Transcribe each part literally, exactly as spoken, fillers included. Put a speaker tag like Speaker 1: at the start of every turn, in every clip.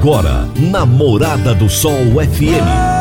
Speaker 1: Agora, na Morada do Sol F M.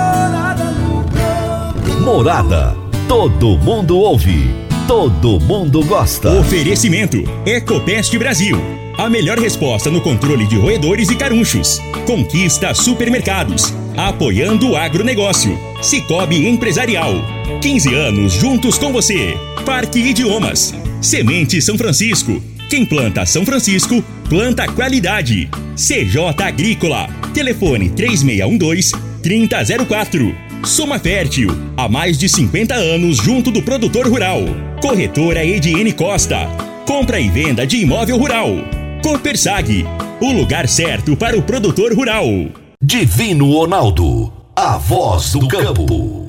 Speaker 1: Morada. Todo mundo ouve. Todo mundo gosta.
Speaker 2: Oferecimento. Ecopest Brasil. A melhor resposta no controle de roedores e carunchos. Conquista Supermercados. Apoiando o agronegócio. Cicobi Empresarial. quinze anos juntos com você. Parque Idiomas. Semente São Francisco. Quem planta São Francisco, planta qualidade. C J Agrícola. Telefone três seis um dois, três zero zero quatro. Soma Fértil. Há mais de cinquenta anos junto do produtor rural. Corretora Ediene Costa. Compra e venda de imóvel rural. Copersag. O lugar certo para o produtor rural.
Speaker 1: Divino Ronaldo. A voz do campo.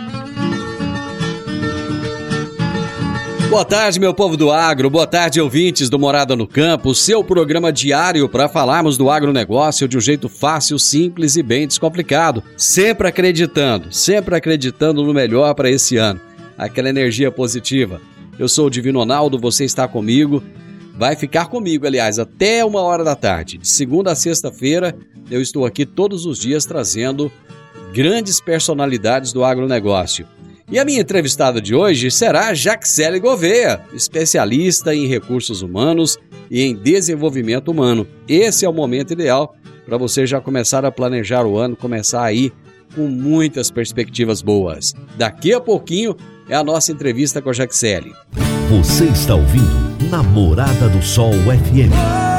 Speaker 3: Boa tarde, meu povo do agro, boa tarde, ouvintes do Morada no Campo, seu programa diário para falarmos do agronegócio de um jeito fácil, simples e bem descomplicado, sempre acreditando, sempre acreditando no melhor para esse ano, aquela energia positiva. Eu sou o Divino Ronaldo, você está comigo, vai ficar comigo, aliás, até uma hora da tarde, de segunda a sexta-feira, eu estou aqui todos os dias trazendo grandes personalidades do agronegócio. E a minha entrevistada de hoje será Jaxele Gouveia, especialista em recursos humanos e em desenvolvimento humano. Esse é o momento ideal para você já começar a planejar o ano, começar aí com muitas perspectivas boas. Daqui a pouquinho é a nossa entrevista com a Jaxele.
Speaker 1: Você está ouvindo Namorada do Sol F M.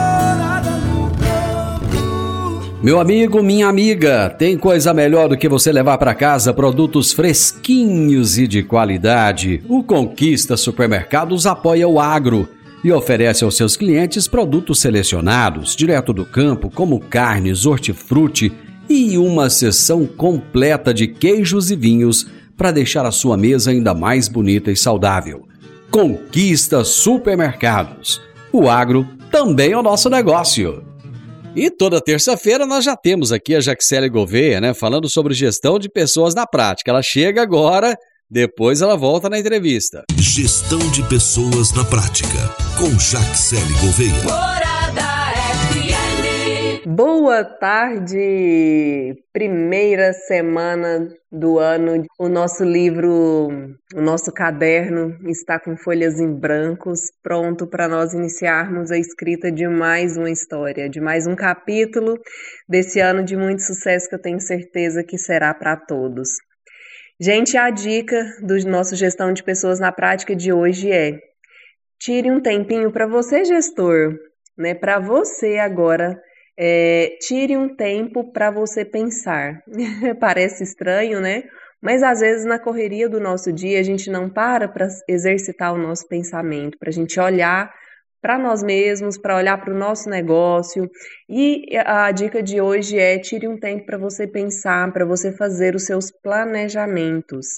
Speaker 3: Meu amigo, minha amiga, tem coisa melhor do que você levar para casa produtos fresquinhos e de qualidade. O Conquista Supermercados apoia o agro e oferece aos seus clientes produtos selecionados, direto do campo, como carnes, hortifruti e uma seção completa de queijos e vinhos para deixar a sua mesa ainda mais bonita e saudável. Conquista Supermercados. O agro também é o nosso negócio. E toda terça-feira nós já temos aqui a Jaxele Gouveia, né, falando sobre gestão de pessoas na prática. Ela chega agora, depois ela volta na entrevista.
Speaker 1: Gestão de pessoas na prática, com Jaxele Gouveia.
Speaker 4: Morada F M.
Speaker 5: Boa tarde! Primeira semana do ano, o nosso livro, o nosso caderno está com folhas em brancos, pronto para nós iniciarmos a escrita de mais uma história, de mais um capítulo desse ano de muito sucesso que eu tenho certeza que será para todos. Gente, a dica do nosso Gestão de Pessoas na Prática de hoje é: tire um tempinho para você, gestor, né, para você agora. É, tire um tempo para você pensar. Parece estranho, né? Mas às vezes na correria do nosso dia a gente não para para exercitar o nosso pensamento, para a gente olhar para nós mesmos, para olhar para o nosso negócio. E a dica de hoje é: tire um tempo para você pensar, para você fazer os seus planejamentos.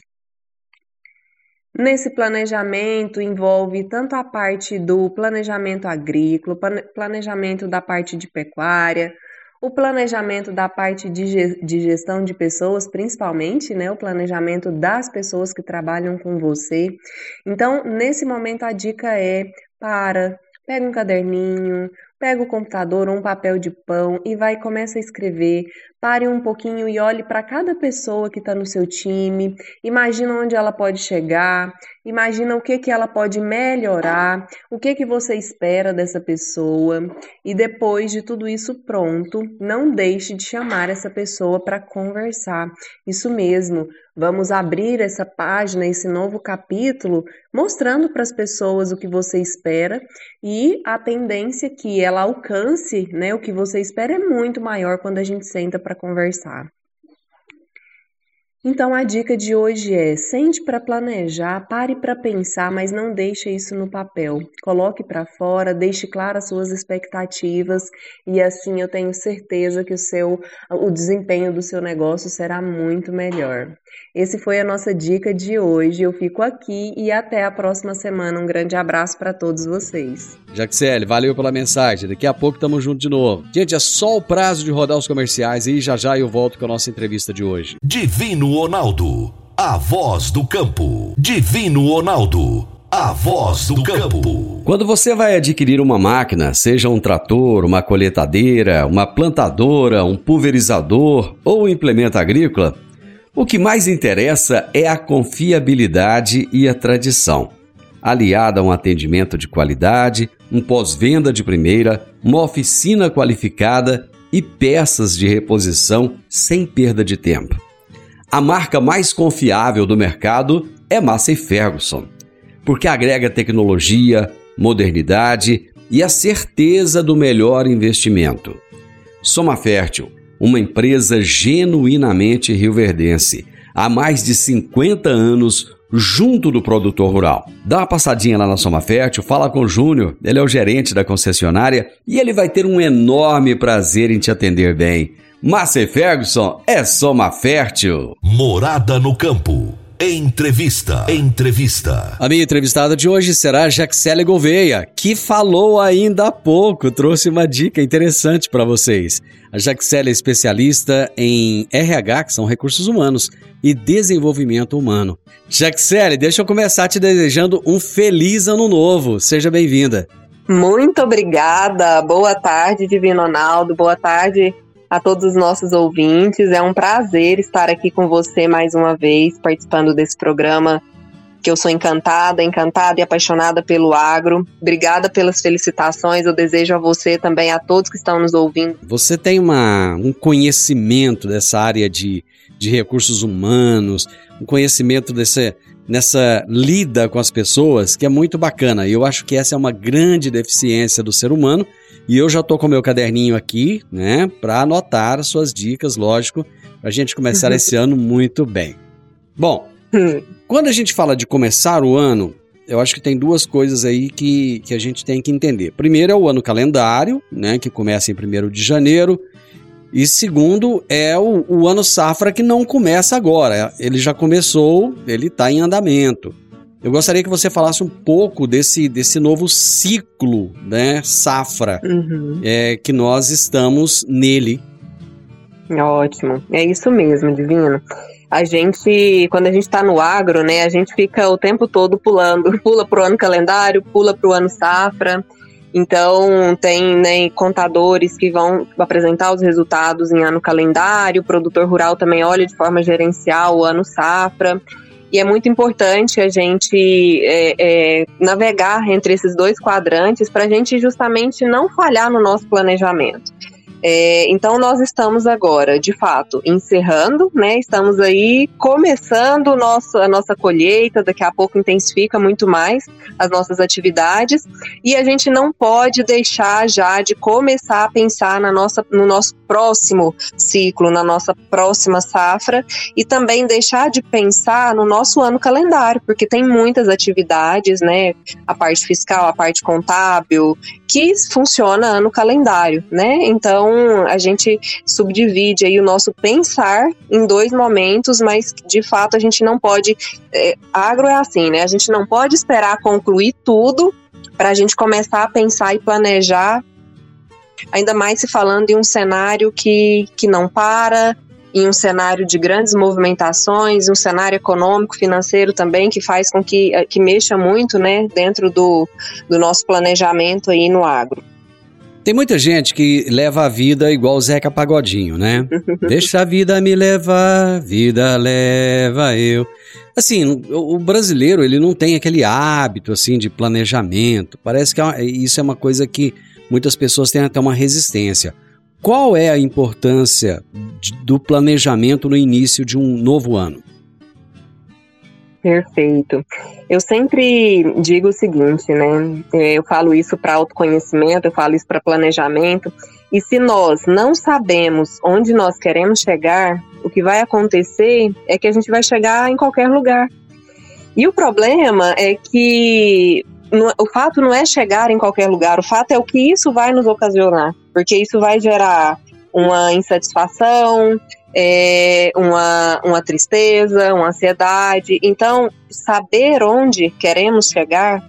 Speaker 5: Nesse planejamento envolve tanto a parte do planejamento agrícola, planejamento da parte de pecuária, o planejamento da parte de gestão de pessoas, principalmente, né, o planejamento das pessoas que trabalham com você. Então, nesse momento a dica é: para, pega um caderninho, pega o computador ou um papel de pão e vai e começa a escrever. Pare um pouquinho e olhe para cada pessoa que está no seu time. Imagina onde ela pode chegar, imagina o que, que ela pode melhorar, o que, que você espera dessa pessoa. E depois de tudo isso pronto, não deixe de chamar essa pessoa para conversar. Isso mesmo, vamos abrir essa página, esse novo capítulo, mostrando para as pessoas o que você espera, e a tendência que ela alcance, né, o que você espera é muito maior quando a gente senta para conversar. Então a dica de hoje é: sente para planejar, pare para pensar, mas não deixe isso no papel. Coloque para fora, deixe claras as suas expectativas e assim eu tenho certeza que o seu, o desempenho do seu negócio será muito melhor. Esse foi a nossa dica de hoje. Eu fico aqui e até a próxima semana. Um grande abraço para todos vocês.
Speaker 3: Jaxele, valeu pela mensagem. Daqui a pouco estamos juntos de novo. Gente, é só o prazo de rodar os comerciais e já já eu volto com a nossa entrevista de hoje.
Speaker 1: Divino Ronaldo, a voz do campo. Divino Ronaldo, a voz do campo.
Speaker 3: Quando você vai adquirir uma máquina, seja um trator, uma colheitadeira, uma plantadora, um pulverizador ou um implemento agrícola, o que mais interessa é a confiabilidade e a tradição, aliada a um atendimento de qualidade, um pós-venda de primeira, uma oficina qualificada e peças de reposição sem perda de tempo. A marca mais confiável do mercado é Massey Ferguson, porque agrega tecnologia, modernidade e a certeza do melhor investimento. Soma Fértil, uma empresa genuinamente rioverdense, há mais de cinquenta anos junto do produtor rural. Dá uma passadinha lá na Soma Fértil, fala com o Júnior, ele é o gerente da concessionária e ele vai ter um enorme prazer em te atender bem. Massey Ferguson é Soma Fértil.
Speaker 1: Morada no Campo. Entrevista. Entrevista.
Speaker 3: A minha entrevistada de hoje será a Jaxele Gouveia, que falou ainda há pouco, trouxe uma dica interessante para vocês. A Jaxele é especialista em R H, que são recursos humanos, e desenvolvimento humano. Jaxele, deixa eu começar te desejando um feliz ano novo. Seja bem-vinda.
Speaker 5: Muito obrigada. Boa tarde, Divino Ronaldo. Boa tarde a todos os nossos ouvintes. É um prazer estar aqui com você mais uma vez, participando desse programa que eu sou encantada, encantada e apaixonada pelo agro. Obrigada pelas felicitações, eu desejo a você também, a todos que estão nos ouvindo.
Speaker 3: Você tem uma, um conhecimento dessa área de, de recursos humanos, um conhecimento desse, nessa lida com as pessoas que é muito bacana. E eu acho que essa é uma grande deficiência do ser humano. E eu já estou com o meu caderninho aqui, né, para anotar as suas dicas, lógico, para a gente começar esse ano muito bem. Bom, quando a gente fala de começar o ano, eu acho que tem duas coisas aí que, que a gente tem que entender. Primeiro é o ano calendário, né, que começa em primeiro de janeiro. E segundo é o, o ano safra, que não começa agora. Ele já começou, ele está em andamento. Eu gostaria que você falasse um pouco desse, desse novo ciclo, né, safra, uhum. é, que nós estamos nele.
Speaker 5: Ótimo, é isso mesmo, Divino. A gente, quando a gente está no agro, né, a gente fica o tempo todo pulando, pula para o ano calendário, pula para o ano safra. Então, tem, né, contadores que vão apresentar os resultados em ano calendário, o produtor rural também olha de forma gerencial o ano safra. E é muito importante a gente é, é, navegar entre esses dois quadrantes para a gente justamente não falhar no nosso planejamento. É, então nós estamos agora, de fato, encerrando, né? Estamos aí começando o nosso, a nossa colheita, daqui a pouco intensifica muito mais as nossas atividades e a gente não pode deixar já de começar a pensar na nossa, no nosso próximo ciclo, na nossa próxima safra e também deixar de pensar no nosso ano calendário, porque tem muitas atividades, né? A parte fiscal, a parte contábil, que funciona ano calendário, né? Então a gente subdivide aí o nosso pensar em dois momentos, mas de fato a gente não pode, é, agro é assim, né? A gente não pode esperar concluir tudo para a gente começar a pensar e planejar, ainda mais se falando em um cenário que, que não para, em um cenário de grandes movimentações, um cenário econômico, financeiro também, que faz com que, que mexa muito, né, dentro do, do nosso planejamento aí no agro.
Speaker 3: Tem muita gente que leva a vida igual o Zeca Pagodinho, né? Deixa a vida me levar, vida leva eu. Assim, o brasileiro, ele não tem aquele hábito, assim, de planejamento. Parece que isso é uma coisa que muitas pessoas têm até uma resistência. Qual é a importância do planejamento no início de um novo ano?
Speaker 5: Perfeito. Eu sempre digo o seguinte, né? Eu falo isso para autoconhecimento, eu falo isso para planejamento. E se nós não sabemos onde nós queremos chegar, o que vai acontecer é que a gente vai chegar em qualquer lugar. E o problema é que o fato não é chegar em qualquer lugar, o fato é o que isso vai nos ocasionar. Porque isso vai gerar uma insatisfação, é, uma, uma tristeza, uma ansiedade. Então, saber onde queremos chegar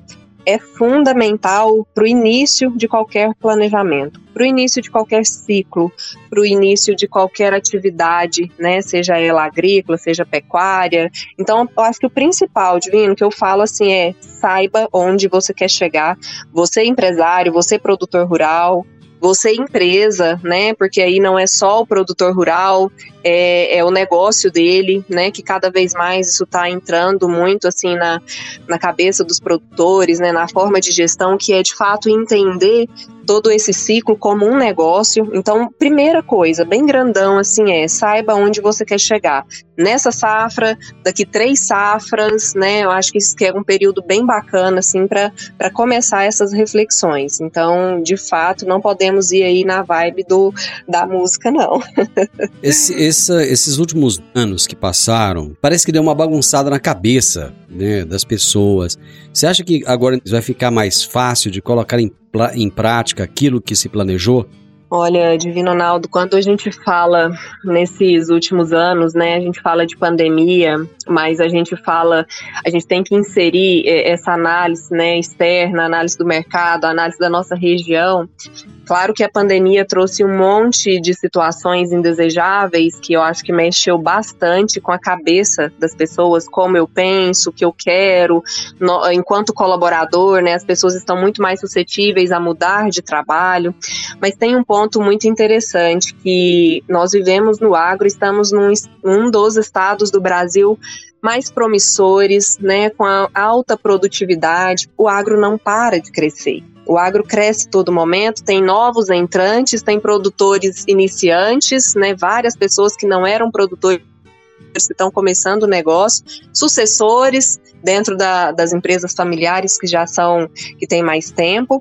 Speaker 5: é fundamental para o início de qualquer planejamento, para o início de qualquer ciclo, para o início de qualquer atividade, né? Seja ela agrícola, seja pecuária. Então, eu acho que o principal, Divino, que eu falo assim é: saiba onde você quer chegar. Você empresário, você produtor rural, você empresa, né? Porque aí não é só o produtor rural, é, é o negócio dele, né? Que cada vez mais isso está entrando muito assim na, na cabeça dos produtores, né? Na forma de gestão, que é de fato entender todo esse ciclo como um negócio. Então, primeira coisa, bem grandão assim, é: saiba onde você quer chegar. Nessa safra, daqui três safras, né? Eu acho que isso que é um período bem bacana, assim, para para começar essas reflexões. Então, de fato, não podemos ir aí na vibe do, da música, não.
Speaker 3: Esse, essa, esses últimos anos que passaram, parece que deu uma bagunçada na cabeça, né, das pessoas. Você acha que agora vai ficar mais fácil de colocar em, em prática aquilo que se planejou?
Speaker 5: Olha, Divino Ronaldo, quando a gente fala nesses últimos anos, né, a gente fala de pandemia, mas a gente fala, a gente tem que inserir essa análise, né, externa, análise do mercado, análise da nossa região. Claro que a pandemia trouxe um monte de situações indesejáveis que eu acho que mexeu bastante com a cabeça das pessoas, como eu penso, o que eu quero. No, enquanto colaborador, né, as pessoas estão muito mais suscetíveis a mudar de trabalho. Mas tem um ponto muito interessante, que nós vivemos no agro, estamos num um dos estados do Brasil mais promissores, né, com a alta produtividade. O agro não para de crescer. O agro cresce todo momento, tem novos entrantes, tem produtores iniciantes, né, várias pessoas que não eram produtores que estão começando o negócio, sucessores dentro da, das empresas familiares que já são, que têm mais tempo.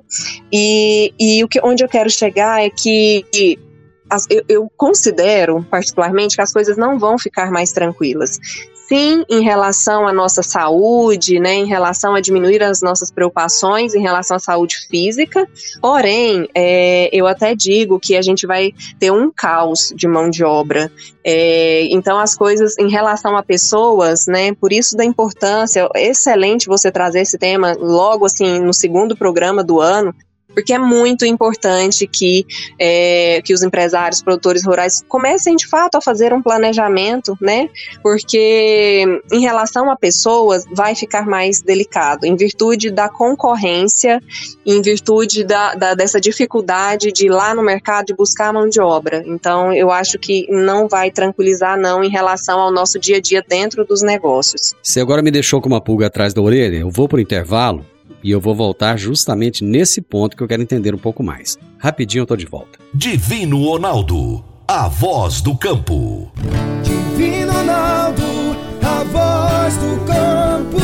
Speaker 5: E, e o que, onde eu quero chegar é que as, eu, eu considero particularmente que as coisas não vão ficar mais tranquilas. Sim, em relação à nossa saúde, né, em relação a diminuir as nossas preocupações em relação à saúde física, porém, é, eu até digo que a gente vai ter um caos de mão de obra. É, então, as coisas em relação a pessoas, né, por isso da importância, é excelente você trazer esse tema logo assim no segundo programa do ano, porque é muito importante que, é, que os empresários, produtores rurais comecem de fato a fazer um planejamento, né? Porque em relação a pessoas vai ficar mais delicado, em virtude da concorrência, em virtude da, da, dessa dificuldade de ir lá no mercado e buscar mão de obra. Então, eu acho que não vai tranquilizar não em relação ao nosso dia a dia dentro dos negócios.
Speaker 3: Você agora me deixou com uma pulga atrás da orelha, eu vou para o intervalo. E eu vou voltar justamente nesse ponto que eu quero entender um pouco mais. Rapidinho eu tô de volta.
Speaker 1: Divino Ronaldo, a voz do campo.
Speaker 6: Divino Ronaldo, a voz do campo.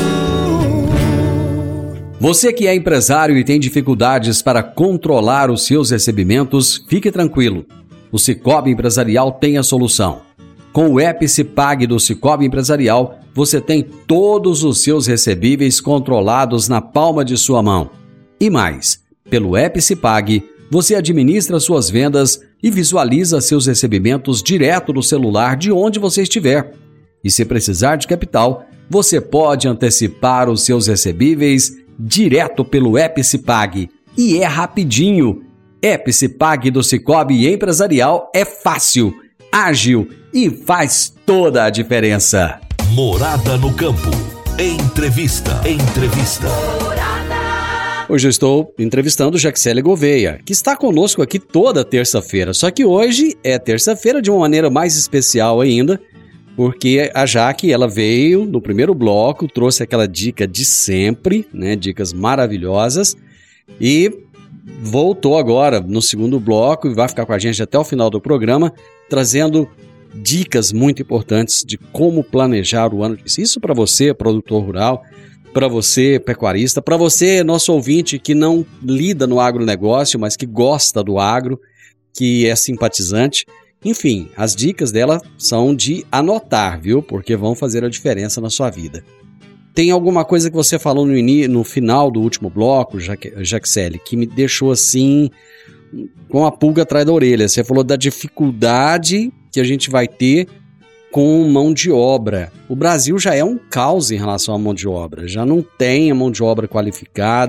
Speaker 3: Você que é empresário e tem dificuldades para controlar os seus recebimentos, fique tranquilo. O Sicoob Empresarial tem a solução. Com o EpiCipag do Sicoob Empresarial, você tem todos os seus recebíveis controlados na palma de sua mão. E mais, pelo EpiCipag, você administra suas vendas e visualiza seus recebimentos direto no celular de onde você estiver. E se precisar de capital, você pode antecipar os seus recebíveis direto pelo EpiCipag. E é rapidinho. EpiCipag do Sicoob Empresarial é fácil, ágil e faz toda a diferença.
Speaker 1: Morada no campo. Entrevista. Entrevista.
Speaker 3: Hoje eu estou entrevistando Jaxele Gouveia, que está conosco aqui toda terça-feira. Só que hoje é terça-feira de uma maneira mais especial ainda, porque a Jaque, ela veio no primeiro bloco, trouxe aquela dica de sempre, né? Dicas maravilhosas, e voltou agora no segundo bloco e vai ficar com a gente até o final do programa, trazendo dicas muito importantes de como planejar o ano. Isso para você, produtor rural, para você, pecuarista, para você, nosso ouvinte que não lida no agronegócio, mas que gosta do agro, que é simpatizante. Enfim, as dicas dela são de anotar, viu? Porque vão fazer a diferença na sua vida. Tem alguma coisa que você falou no, in... no final do último bloco, Jaxele, que me deixou assim, com a pulga atrás da orelha. Você falou da dificuldade que a gente vai ter com mão de obra. O Brasil já é um caos em relação à mão de obra. Já não tem a mão de obra qualificada,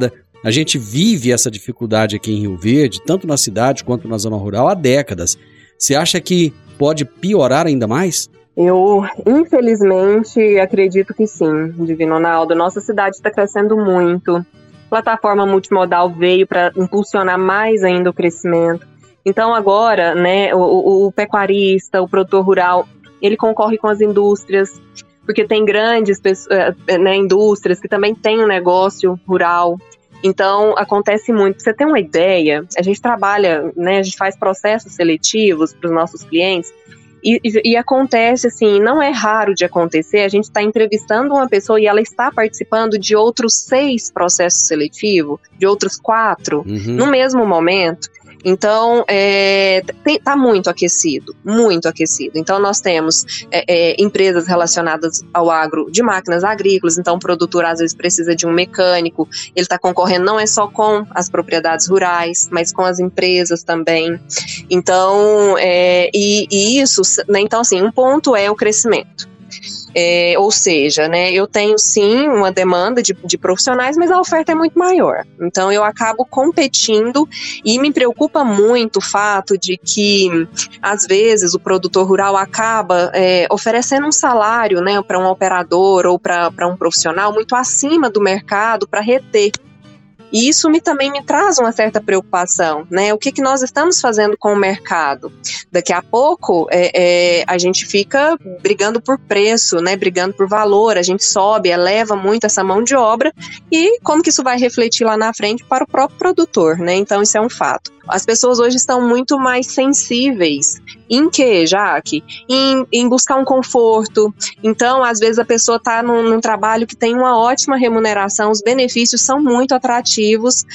Speaker 3: A gente vive essa dificuldade aqui em Rio Verde, tanto na cidade quanto na zona rural, há décadas. Você acha que pode piorar ainda mais?
Speaker 5: Eu, infelizmente, acredito que sim, Divino Ronaldo. Nossa cidade está crescendo muito. A plataforma multimodal veio para impulsionar mais ainda o crescimento. Então agora, né, o, o, o pecuarista, o produtor rural, ele concorre com as indústrias, porque tem grandes né, indústrias que também têm um negócio rural. Então, acontece muito. Pra você ter uma ideia, a gente trabalha, né, a gente faz processos seletivos para os nossos clientes e, e, e acontece assim, não é raro de acontecer, a gente está entrevistando uma pessoa e ela está participando de outros seis processos seletivos, de outros quatro, uhum. no mesmo momento. Então, é, tem, tá muito aquecido, muito aquecido. Então, nós temos é, é, empresas relacionadas ao agro de máquinas agrícolas, então o produtor às vezes precisa de um mecânico, ele está concorrendo não é só com as propriedades rurais, mas com as empresas também. Então, é, e, e isso, né, então assim, um ponto é o crescimento. É, ou seja, né, eu tenho sim uma demanda de, de profissionais, mas a oferta é muito maior. Então eu acabo competindo e me preocupa muito o fato de que, às vezes, o produtor rural acaba é, oferecendo um salário, né, para um operador ou para um profissional muito acima do mercado para reter. E isso me, também me traz uma certa preocupação, né? O que, que nós estamos fazendo com o mercado? Daqui a pouco é, é, a gente fica brigando por preço, né? Brigando por valor, a gente sobe, eleva muito essa mão de obra e como que isso vai refletir lá na frente para o próprio produtor, né? Então isso é um fato. As pessoas hoje estão muito mais sensíveis em que, Jaque? Em, em buscar um conforto. Então, às vezes a pessoa está num, num trabalho que tem uma ótima remuneração, os benefícios são muito atrativos,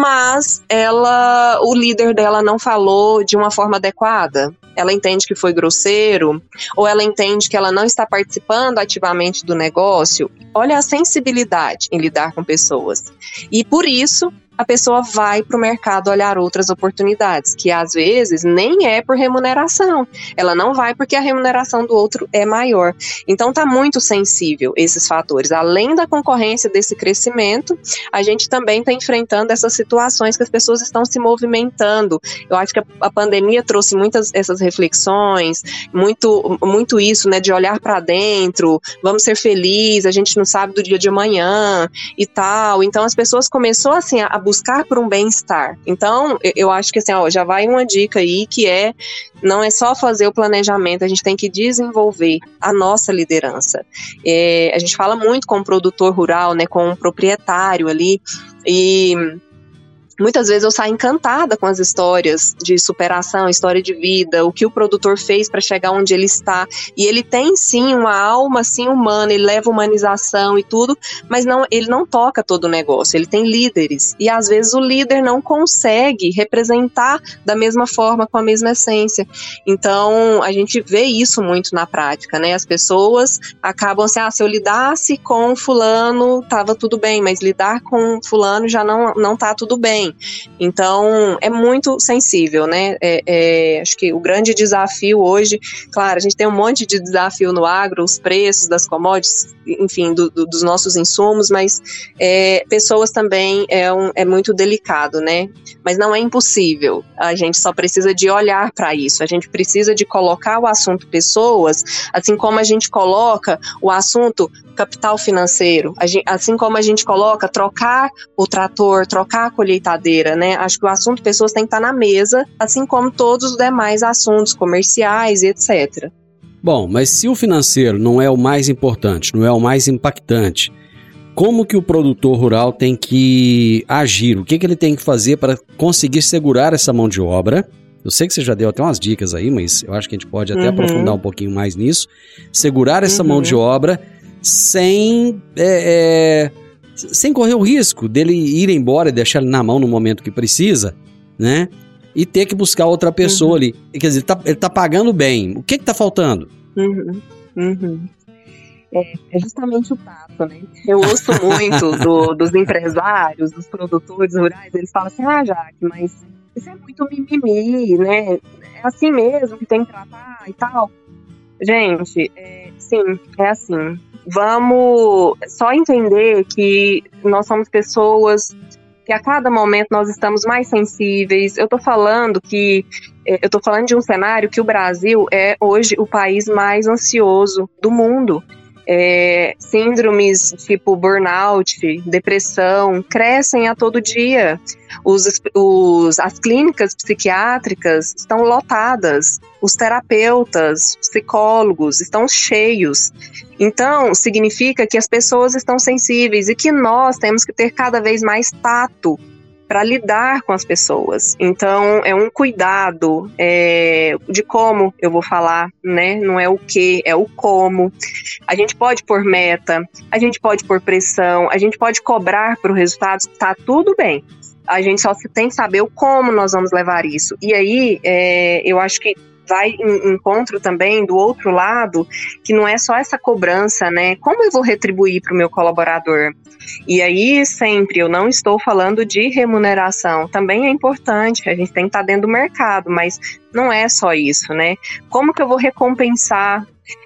Speaker 5: mas ela, o líder dela não falou de uma forma adequada. Ela entende que foi grosseiro, ou ela entende que ela não está participando ativamente do negócio. Olha a sensibilidade em lidar com pessoas. E por isso, a pessoa vai para o mercado olhar outras oportunidades, que às vezes nem é por remuneração. Ela não vai porque a remuneração do outro é maior. Então está muito sensível esses fatores. Além da concorrência desse crescimento, a gente também está enfrentando essas situações que as pessoas estão se movimentando. Eu acho que a, a pandemia trouxe muitas essas reflexões, muito, muito isso, né, de olhar para dentro, vamos ser felizes, a gente não sabe do dia de amanhã e tal. Então as pessoas começaram assim, a buscar por um bem-estar. Então, eu acho que assim, ó, já vai uma dica aí que é, não é só fazer o planejamento, a gente tem que desenvolver a nossa liderança. É, a gente fala muito com o produtor rural, né, com o proprietário ali, e muitas vezes eu saio encantada com as histórias de superação, história de vida, o que o produtor fez para chegar onde ele está. E ele tem sim uma alma assim, humana, ele leva humanização e tudo, mas não, ele não toca todo o negócio, ele tem líderes. E às vezes o líder não consegue representar da mesma forma, com a mesma essência. Então a gente vê isso muito na prática, né? As pessoas acabam assim, ah, se eu lidasse com fulano, tava tudo bem, mas lidar com fulano já não, não tá tudo bem. Então, é muito sensível, né? É, é, acho que o grande desafio hoje, claro, a gente tem um monte de desafio no agro, os preços das commodities, enfim, do, do, dos nossos insumos, mas é, pessoas também é, um, é muito delicado, né? Mas não é impossível, a gente só precisa de olhar para isso, a gente precisa de colocar o assunto pessoas, assim como a gente coloca o assunto capital financeiro, assim como a gente coloca trocar o trator, trocar a colheitadeira, né? Acho que o assunto pessoas tem que estar na mesa, assim como todos os demais assuntos comerciais e etcétera.
Speaker 3: Bom, mas se o financeiro não é o mais importante, não é o mais impactante, como que o produtor rural tem que agir? O que, que ele tem que fazer para conseguir segurar essa mão de obra? Eu sei que você já deu até umas dicas aí, mas eu acho que a gente pode até uhum. aprofundar um pouquinho mais nisso. Segurar essa uhum. mão de obra sem, é, é, sem correr o risco dele ir embora e deixar ele na mão no momento que precisa, né? E ter que buscar outra pessoa uhum. ali. Quer dizer, ele tá, ele tá pagando bem. O que que tá faltando?
Speaker 5: Uhum. Uhum. É, é justamente o passo, né? Eu ouço muito do, dos empresários, dos produtores rurais, eles falam assim, ah, Jaque, mas isso é muito mimimi, né? É assim mesmo que tem que tratar e tal. Gente, é, sim, é assim. Vamos só entender que nós somos pessoas que a cada momento nós estamos mais sensíveis. Eu estou falando que eu estou falando de um cenário que o Brasil é hoje o país mais ansioso do mundo. É, síndromes tipo burnout, depressão, crescem a todo dia. Os, os, as clínicas psiquiátricas estão lotadas, os terapeutas, psicólogos estão cheios. Então, significa que as pessoas estão sensíveis e que nós temos que ter cada vez mais tato para lidar com as pessoas. Então, é um cuidado é, de como eu vou falar, né? Não é o que, é o como. A gente pode pôr meta, a gente pode pôr pressão, a gente pode cobrar para o resultado, tá tudo bem. A gente só tem que saber o como nós vamos levar isso. E aí, é, eu acho que vai em encontro também do outro lado, que não é só essa cobrança, né? Como eu vou retribuir para o meu colaborador? E aí, sempre, eu não estou falando de remuneração, também é importante, a gente tem que estar dentro do mercado, mas não é só isso, né? Como que eu vou recompensar?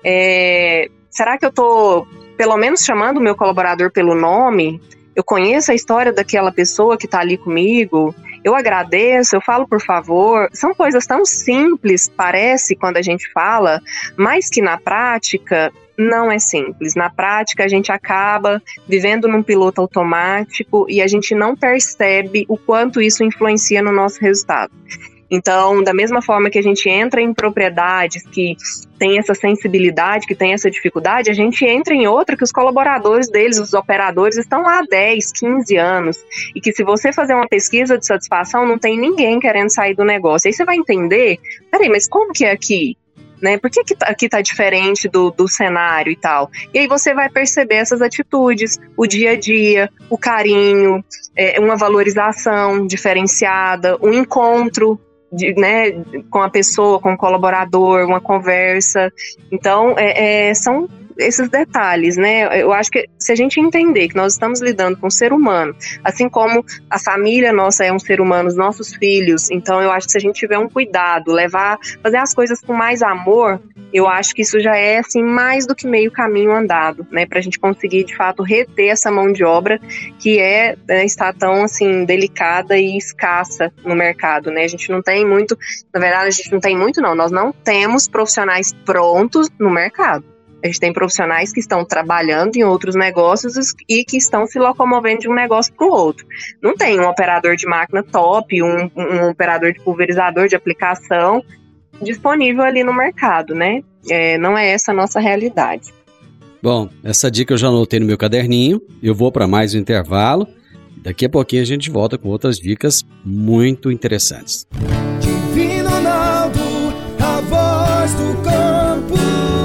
Speaker 5: É, será que eu estou, pelo menos, chamando o meu colaborador pelo nome? Eu conheço a história daquela pessoa que está ali comigo, eu agradeço, eu falo por favor. São coisas tão simples, parece, quando a gente fala, mas que na prática não é simples. Na prática a gente acaba vivendo num piloto automático e a gente não percebe o quanto isso influencia no nosso resultado. Então, da mesma forma que a gente entra em propriedades que tem essa sensibilidade, que tem essa dificuldade, a gente entra em outra que os colaboradores deles, os operadores, estão lá há dez, quinze anos. E que se você fazer uma pesquisa de satisfação, não tem ninguém querendo sair do negócio. Aí você vai entender, peraí, mas como que é aqui? Né? Por que, que aqui está diferente do, do cenário e tal? E aí você vai perceber essas atitudes, o dia a dia, o carinho, é, uma valorização diferenciada, um encontro De, né, com a pessoa, com o colaborador, uma conversa. Então, é, é, são esses detalhes, né? Eu acho que se a gente entender que nós estamos lidando com um ser humano, assim como a família nossa é um ser humano, os nossos filhos, então eu acho que se a gente tiver um cuidado, levar, fazer as coisas com mais amor, eu acho que isso já é, assim, mais do que meio caminho andado, né? Pra gente conseguir, de fato, reter essa mão de obra que é, é está tão, assim, delicada e escassa no mercado, né? A gente não tem muito, na verdade, a gente não tem muito, não. Nós não temos profissionais prontos no mercado. A gente tem profissionais que estão trabalhando em outros negócios e que estão se locomovendo de um negócio para o outro. Não tem um operador de máquina top, um, um operador de pulverizador de aplicação disponível ali no mercado, né? É, não é essa a nossa realidade.
Speaker 3: Bom, essa dica eu já anotei no meu caderninho, eu vou para mais um intervalo. Daqui a pouquinho a gente volta com outras dicas muito interessantes.
Speaker 6: Divino Ronaldo, a voz do campo.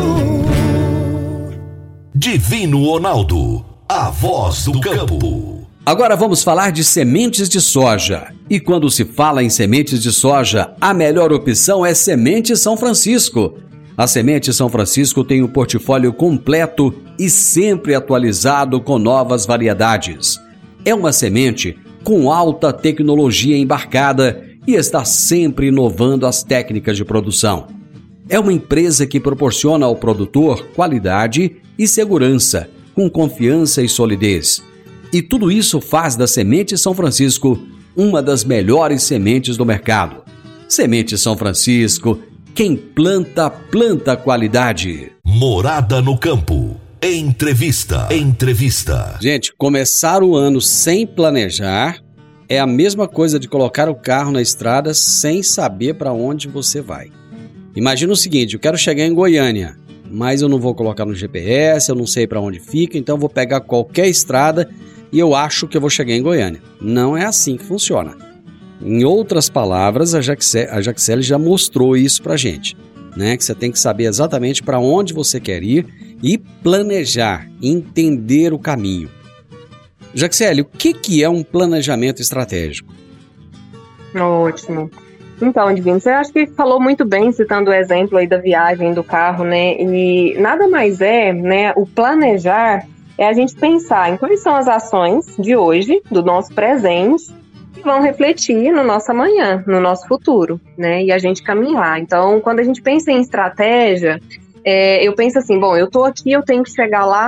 Speaker 1: Divino Ronaldo, a voz do campo.
Speaker 3: Agora vamos falar de sementes de soja. E quando se fala em sementes de soja, a melhor opção é Semente São Francisco. A Semente São Francisco tem um portfólio completo e sempre atualizado com novas variedades. É uma semente com alta tecnologia embarcada e está sempre inovando as técnicas de produção. É uma empresa que proporciona ao produtor qualidade e segurança, com confiança e solidez. E tudo isso faz da Semente São Francisco uma das melhores sementes do mercado. Semente São Francisco, quem planta, planta qualidade.
Speaker 1: Morada no campo. Entrevista. Entrevista.
Speaker 3: Gente, começar o ano sem planejar é a mesma coisa de colocar o carro na estrada sem saber para onde você vai. Imagina o seguinte, eu quero chegar em Goiânia, mas eu não vou colocar no G P S, eu não sei para onde fica, então eu vou pegar qualquer estrada e eu acho que eu vou chegar em Goiânia. Não é assim que funciona. Em outras palavras, a Jaxele já mostrou isso pra gente, né? Que você tem que saber exatamente para onde você quer ir e planejar, entender o caminho. Jaxele, o que, que é um planejamento estratégico?
Speaker 5: Ótimo. Então, Divino, você acha que falou muito bem, citando o exemplo aí da viagem do carro, né? E nada mais é, né? O planejar é a gente pensar em quais são as ações de hoje, do nosso presente, que vão refletir no nosso amanhã, no nosso futuro, né? E a gente caminhar. Então, quando a gente pensa em estratégia, é, eu penso assim, bom, eu tô aqui, eu tenho que chegar lá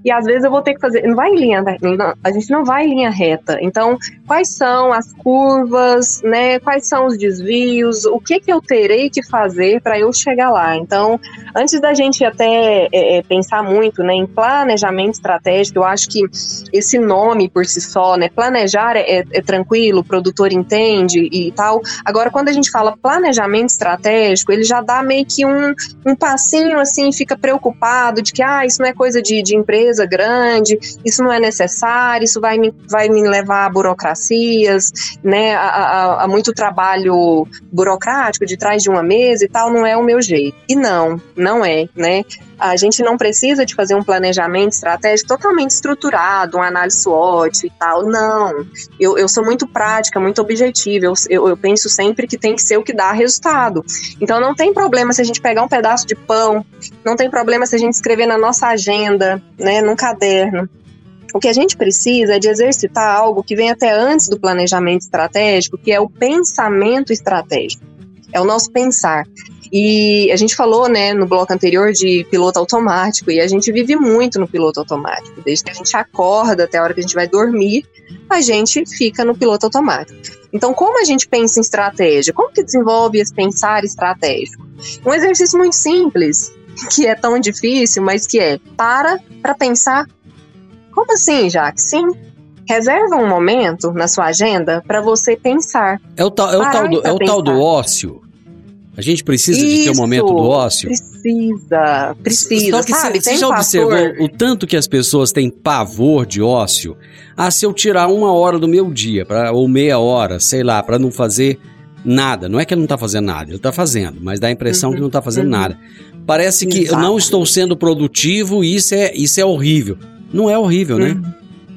Speaker 5: e às vezes eu vou ter que fazer, não vai em linha, não, a gente não vai em linha reta. Então, quais são as curvas, né? Quais são os desvios? O que que eu terei que fazer para eu chegar lá? Então, antes da gente até é, pensar muito, né, em planejamento estratégico, eu acho que esse nome por si só, né, planejar é, é, é tranquilo, o produtor entende e tal. Agora, quando a gente fala planejamento estratégico, ele já dá meio que um, um passinho assim, fica preocupado de que ah, isso não é coisa de, de empresa grande, isso não é necessário, isso vai me, vai me levar a burocracias, né, a, a, a muito trabalho burocrático de trás de uma mesa e tal, não é o meu jeito. E não, não é, né? A gente não precisa de fazer um planejamento estratégico totalmente estruturado, uma análise SWOT e tal, não. Eu, eu sou muito prática, muito objetiva, eu, eu, eu penso sempre que tem que ser o que dá resultado. Então não tem problema se a gente pegar um pedaço de pão, não tem problema se a gente escrever na nossa agenda, né, num caderno. O que a gente precisa é de exercitar algo que vem até antes do planejamento estratégico, que é o pensamento estratégico. É o nosso pensar. E a gente falou, né, no bloco anterior de piloto automático, e a gente vive muito no piloto automático. Desde que a gente acorda até a hora que a gente vai dormir, a gente fica no piloto automático. Então, como a gente pensa em estratégia? Como que desenvolve esse pensar estratégico? Um exercício muito simples, que é tão difícil, mas que é, para para pensar. Como assim, Jaque? Sim. Reserva um momento na sua agenda para você pensar.
Speaker 3: É o tal, é o tal, do, é o tal do ócio. A gente precisa Isso, de ter um momento do ócio?
Speaker 5: Precisa, precisa,
Speaker 3: Só que
Speaker 5: sabe?
Speaker 3: Você já
Speaker 5: um
Speaker 3: observou
Speaker 5: fator...
Speaker 3: o tanto que as pessoas têm pavor de ócio? Ah, se eu tirar uma hora do meu dia, pra, ou meia hora, sei lá, para não fazer nada. Não é que ele não está fazendo nada, ele está fazendo, mas dá a impressão uhum, que não está fazendo uhum. nada. Parece que Exato. eu não estou sendo produtivo e isso é, isso é horrível. Não é horrível, uhum. né?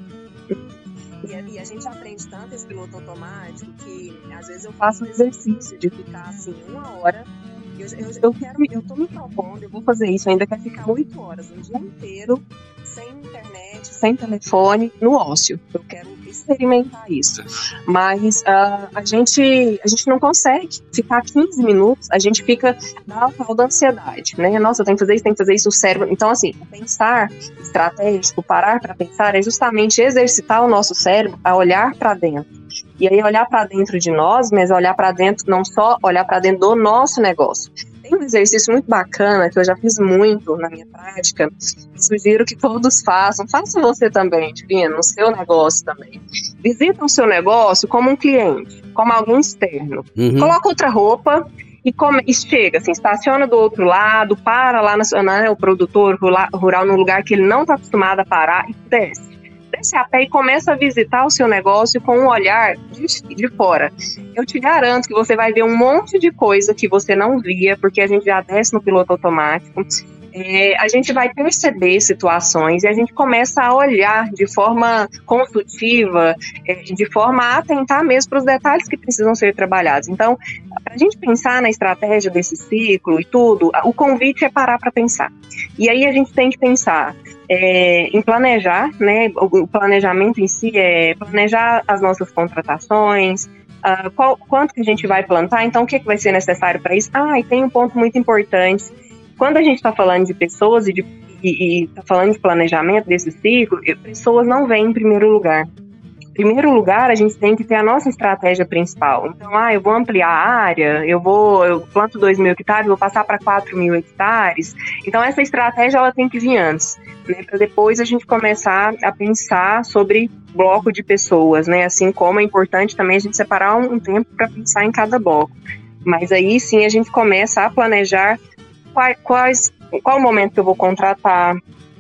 Speaker 5: E a gente aprende tanto esse piloto automático que às vezes eu faço um exercício de ficar assim uma hora. Eu, eu, eu quero, eu tô me propondo, eu vou fazer isso, eu ainda quero ficar oito horas, um dia inteiro, sem internet, sem telefone, no ócio. Eu quero experimentar isso. Mas uh, a, gente, a gente não consegue ficar quinze minutos, a gente fica na tal da ansiedade, né? Nossa, eu tenho que fazer isso, tenho que fazer isso, o cérebro. Então, assim, pensar estratégico, parar para pensar, é justamente exercitar o nosso cérebro a olhar para dentro. E aí, olhar para dentro de nós, mas olhar para dentro, não só olhar para dentro do nosso negócio. Tem um exercício muito bacana que eu já fiz muito na minha prática, sugiro que todos façam, faça você também, Divino, no seu negócio também. Visita o seu negócio como um cliente, como alguém externo. Uhum. Coloca outra roupa e, come, e chega, assim, estaciona do outro lado, para lá na, na, o produtor rural, rural num lugar que ele não está acostumado a parar e desce. Desce a pé e começa a visitar o seu negócio com um olhar de, de fora. Eu te garanto que você vai ver um monte de coisa que você não via, porque a gente já desce no piloto automático. É, a gente vai perceber situações e a gente começa a olhar de forma consultiva, é, de forma a atentar mesmo para os detalhes que precisam ser trabalhados. Então, para a gente pensar na estratégia desse ciclo e tudo, o convite é parar para pensar. E aí a gente tem que pensar é, em planejar, né? O planejamento em si é planejar as nossas contratações, uh, qual, quanto que a gente vai plantar, então o que, que vai ser necessário para isso? Ah, e tem um ponto muito importante. Quando a gente está falando de pessoas e está falando de planejamento desse ciclo, pessoas não vêm em primeiro lugar. Em primeiro lugar, a gente tem que ter a nossa estratégia principal. Então, ah, eu vou ampliar a área, eu vou, eu planto dois mil hectares, vou passar para quatro mil hectares. Então, essa estratégia ela tem que vir antes, né, para depois a gente começar a pensar sobre bloco de pessoas, né? Assim como é importante também a gente separar um, um tempo para pensar em cada bloco. Mas aí sim a gente começa a planejar quais, quais, qual o momento que eu vou contratar.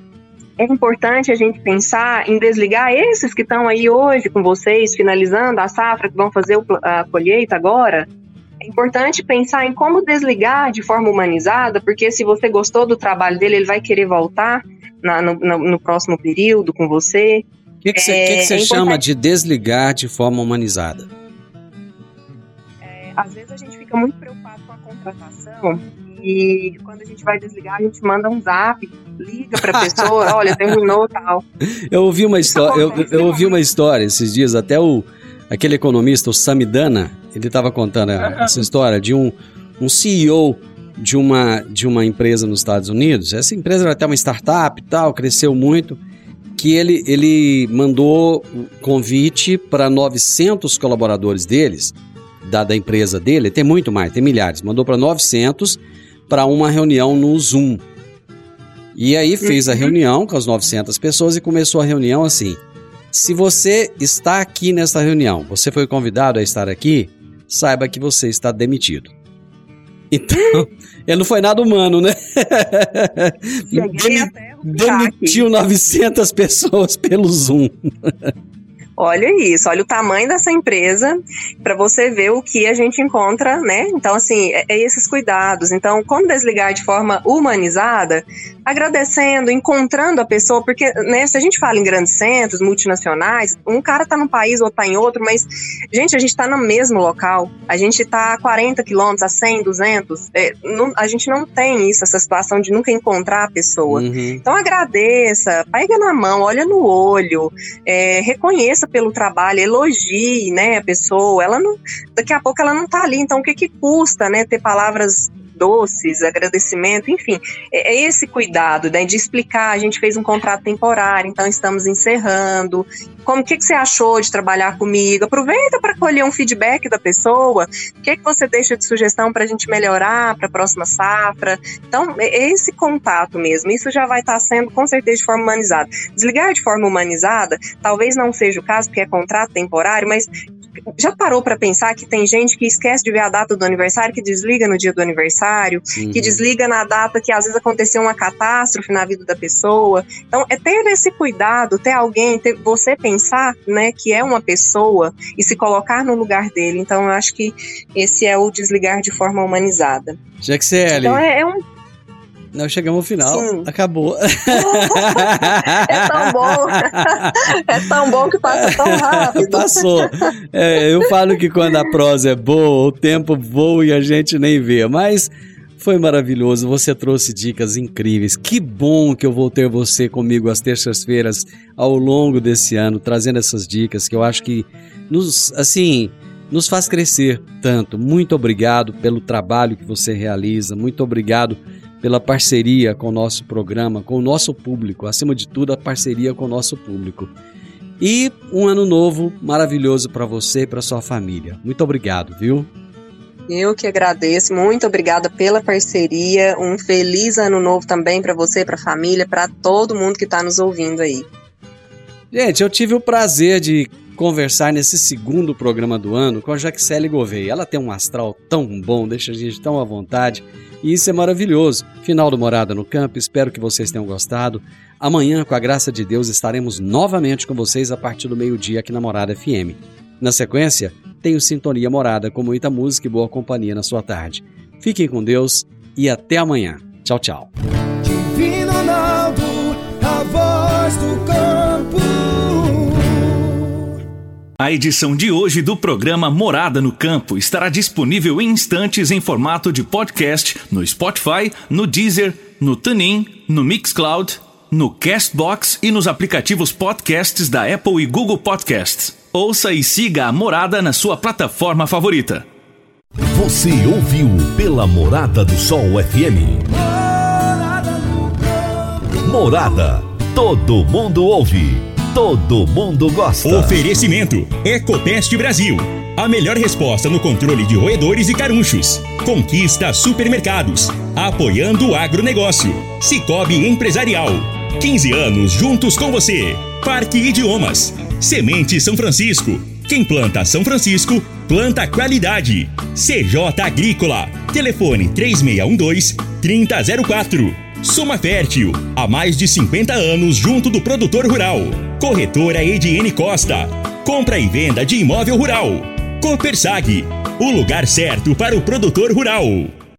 Speaker 5: É importante a gente pensar em desligar esses que estão aí hoje com vocês, finalizando a safra, que vão fazer a colheita agora. É importante pensar em como desligar de forma humanizada, porque se você gostou do trabalho dele, ele vai querer voltar na, no, no, no próximo período com você.
Speaker 3: O que você é, que que é chama de desligar de forma humanizada?
Speaker 5: É, às vezes a gente fica muito preocupado com a contratação e quando a gente vai desligar, a gente manda um zap, liga para a pessoa, olha, terminou tal.
Speaker 3: Eu ouvi uma história, eu, eu ouvi uma história esses dias, até o aquele economista, o Samidana, ele estava contando essa história de um, um C E O de uma, de uma empresa nos Estados Unidos. Essa empresa era até uma startup e tal, cresceu muito. que ele, ele mandou convite para novecentos colaboradores deles, da, da empresa dele, tem muito mais, tem milhares, mandou para novecentos para uma reunião no Zoom. E aí fez a reunião com as novecentas pessoas e começou a reunião assim: se você está aqui nessa reunião, você foi convidado a estar aqui, saiba que você está demitido. Então, ele não foi nada humano, né? Dem- demitiu novecentas pessoas pelo Zoom.
Speaker 5: Olha isso, olha o tamanho dessa empresa para você ver o que a gente encontra, né? Então, assim, é, é esses cuidados. Então, como desligar de forma humanizada, agradecendo, encontrando a pessoa, porque, né, se a gente fala em grandes centros, multinacionais, um cara tá num país, outro tá em outro, mas, gente, a gente tá no mesmo local, a gente tá a quarenta quilômetros, a cem, duzentos, é, não, a gente não tem isso, essa situação de nunca encontrar a pessoa.
Speaker 3: Uhum.
Speaker 5: Então, agradeça, pega na mão, olha no olho, é, reconheça pelo trabalho, elogie, né, a pessoa, ela não, daqui a pouco ela não tá ali, então o que que custa, né, ter palavras doces, agradecimento, enfim, é, é esse cuidado, né, de explicar, a gente fez um contrato temporário, então estamos encerrando, como, o que que você achou de trabalhar comigo, aproveita para colher um feedback da pessoa, o que que você deixa de sugestão para a gente melhorar para a próxima safra, então é esse contato mesmo, isso já vai estar sendo com certeza de forma humanizada. Desligar de forma humanizada, talvez não seja o caso, porque é contrato temporário, mas já parou para pensar que tem gente que esquece de ver a data do aniversário, que desliga no dia do aniversário, uhum. que desliga na data que às vezes aconteceu uma catástrofe na vida da pessoa. Então, é ter esse cuidado, ter alguém, ter, você pensar, né, que é uma pessoa e se colocar no lugar dele. Então, eu acho que esse é o desligar de forma humanizada.
Speaker 3: Jaxele.
Speaker 5: Então, é, é um
Speaker 3: Nós chegamos ao final, Sim. acabou.
Speaker 5: É tão bom, é tão bom que passa tão rápido.
Speaker 3: Passou. É, eu falo que quando a prosa é boa, o tempo voa e a gente nem vê, mas foi maravilhoso, você trouxe dicas incríveis. Que bom que eu vou ter você comigo às terças-feiras ao longo desse ano, trazendo essas dicas que eu acho que nos, assim, nos faz crescer tanto. Muito obrigado pelo trabalho que você realiza, muito obrigado pela parceria com o nosso programa, com o nosso público, acima de tudo a parceria com o nosso público. E um ano novo maravilhoso para você e para sua família. Muito obrigado, viu?
Speaker 5: Eu que agradeço, muito obrigada pela parceria, um feliz ano novo também para você, para a família, para todo mundo que está nos ouvindo aí.
Speaker 3: Gente, eu tive o prazer de conversar nesse segundo programa do ano com a Jaxele Gouveia. Ela tem um astral tão bom, deixa a gente tão à vontade. E isso é maravilhoso. Final do Morada no Campo, espero que vocês tenham gostado. Amanhã, com a graça de Deus, estaremos novamente com vocês a partir do meio-dia aqui na Morada F M. Na sequência, tenho Sintonia Morada com muita música e boa companhia na sua tarde. Fiquem com Deus e até amanhã. Tchau, tchau.
Speaker 6: Divino Ronaldo, a voz do campo.
Speaker 2: A edição de hoje do programa Morada no Campo estará disponível em instantes em formato de podcast no Spotify, no Deezer, no TuneIn, no Mixcloud, no Castbox e nos aplicativos podcasts da Apple e Google Podcasts. Ouça e siga a Morada na sua plataforma favorita.
Speaker 1: Você ouviu pela Morada do Sol F M. Morada. Todo mundo ouve. Todo mundo gosta.
Speaker 2: Oferecimento Ecopest Brasil. A melhor resposta no controle de roedores e carunchos. Conquista Supermercados. Apoiando o agronegócio. Cicobi Empresarial. quinze anos juntos com você. Parque Idiomas. Semente São Francisco. Quem planta São Francisco, planta qualidade. C J Agrícola. Telefone três seis um dois, três zero zero quatro. Soma Fértil, há mais de cinquenta anos junto do produtor rural. Corretora Ediene Costa, compra e venda de imóvel rural. Copersag, o lugar certo para o produtor rural.